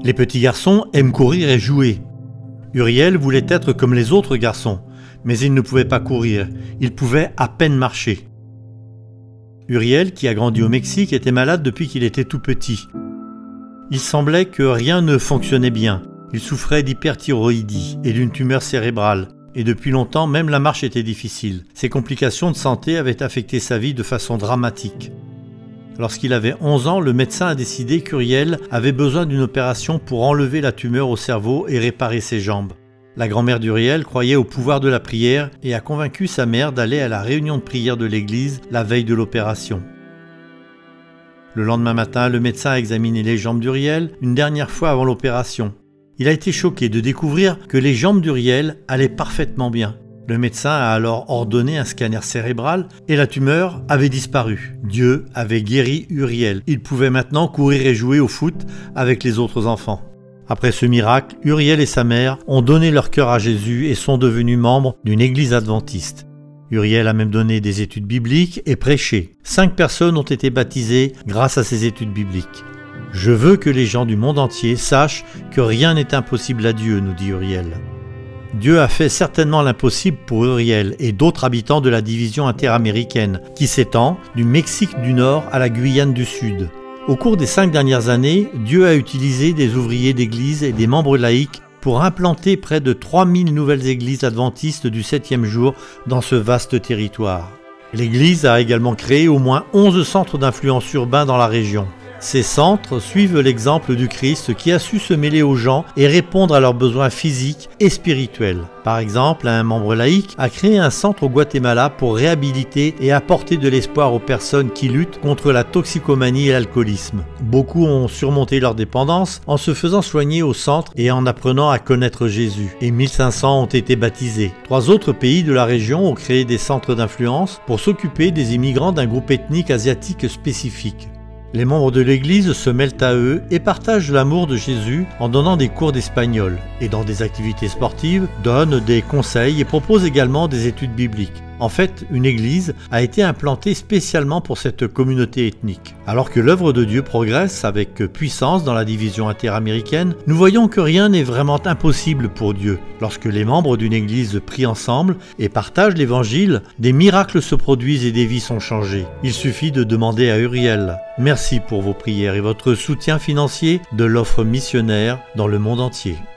Les petits garçons aiment courir et jouer. Uriel voulait être comme les autres garçons, mais il ne pouvait pas courir, il pouvait à peine marcher. Uriel, qui a grandi au Mexique, était malade depuis qu'il était tout petit. Il semblait que rien ne fonctionnait bien. Il souffrait d'hyperthyroïdie et d'une tumeur cérébrale, et depuis longtemps, même la marche était difficile. Ces complications de santé avaient affecté sa vie de façon dramatique. Lorsqu'il avait 11 ans, le médecin a décidé qu'Uriel avait besoin d'une opération pour enlever la tumeur au cerveau et réparer ses jambes. La grand-mère d'Uriel croyait au pouvoir de la prière et a convaincu sa mère d'aller à la réunion de prière de l'église la veille de l'opération. Le lendemain matin, le médecin a examiné les jambes d'Uriel une dernière fois avant l'opération. Il a été choqué de découvrir que les jambes d'Uriel allaient parfaitement bien. Le médecin a alors ordonné un scanner cérébral et la tumeur avait disparu. Dieu avait guéri Uriel. Il pouvait maintenant courir et jouer au foot avec les autres enfants. Après ce miracle, Uriel et sa mère ont donné leur cœur à Jésus et sont devenus membres d'une église adventiste. Uriel a même donné des études bibliques et prêché. 5 personnes ont été baptisées grâce à ces études bibliques. « Je veux que les gens du monde entier sachent que rien n'est impossible à Dieu », nous dit Uriel. Dieu a fait certainement l'impossible pour Uriel et d'autres habitants de la division interaméricaine, qui s'étend du Mexique du Nord à la Guyane du Sud. Au cours des 5 dernières années, Dieu a utilisé des ouvriers d'église et des membres laïcs pour implanter près de 3000 nouvelles églises adventistes du 7e jour dans ce vaste territoire. L'église a également créé au moins 11 centres d'influence urbains dans la région. Ces centres suivent l'exemple du Christ qui a su se mêler aux gens et répondre à leurs besoins physiques et spirituels. Par exemple, un membre laïque a créé un centre au Guatemala pour réhabiliter et apporter de l'espoir aux personnes qui luttent contre la toxicomanie et l'alcoolisme. Beaucoup ont surmonté leur dépendance en se faisant soigner au centre et en apprenant à connaître Jésus. Et 1500 ont été baptisés. 3 autres pays de la région ont créé des centres d'influence pour s'occuper des immigrants d'un groupe ethnique asiatique spécifique. Les membres de l'Église se mêlent à eux et partagent l'amour de Jésus en donnant des cours d'espagnol et dans des activités sportives, donnent des conseils et proposent également des études bibliques. En fait, une église a été implantée spécialement pour cette communauté ethnique. Alors que l'œuvre de Dieu progresse avec puissance dans la division interaméricaine, nous voyons que rien n'est vraiment impossible pour Dieu. Lorsque les membres d'une église prient ensemble et partagent l'évangile, des miracles se produisent et des vies sont changées. Il suffit de demander à Uriel. Merci pour vos prières et votre soutien financier de l'offre missionnaire dans le monde entier.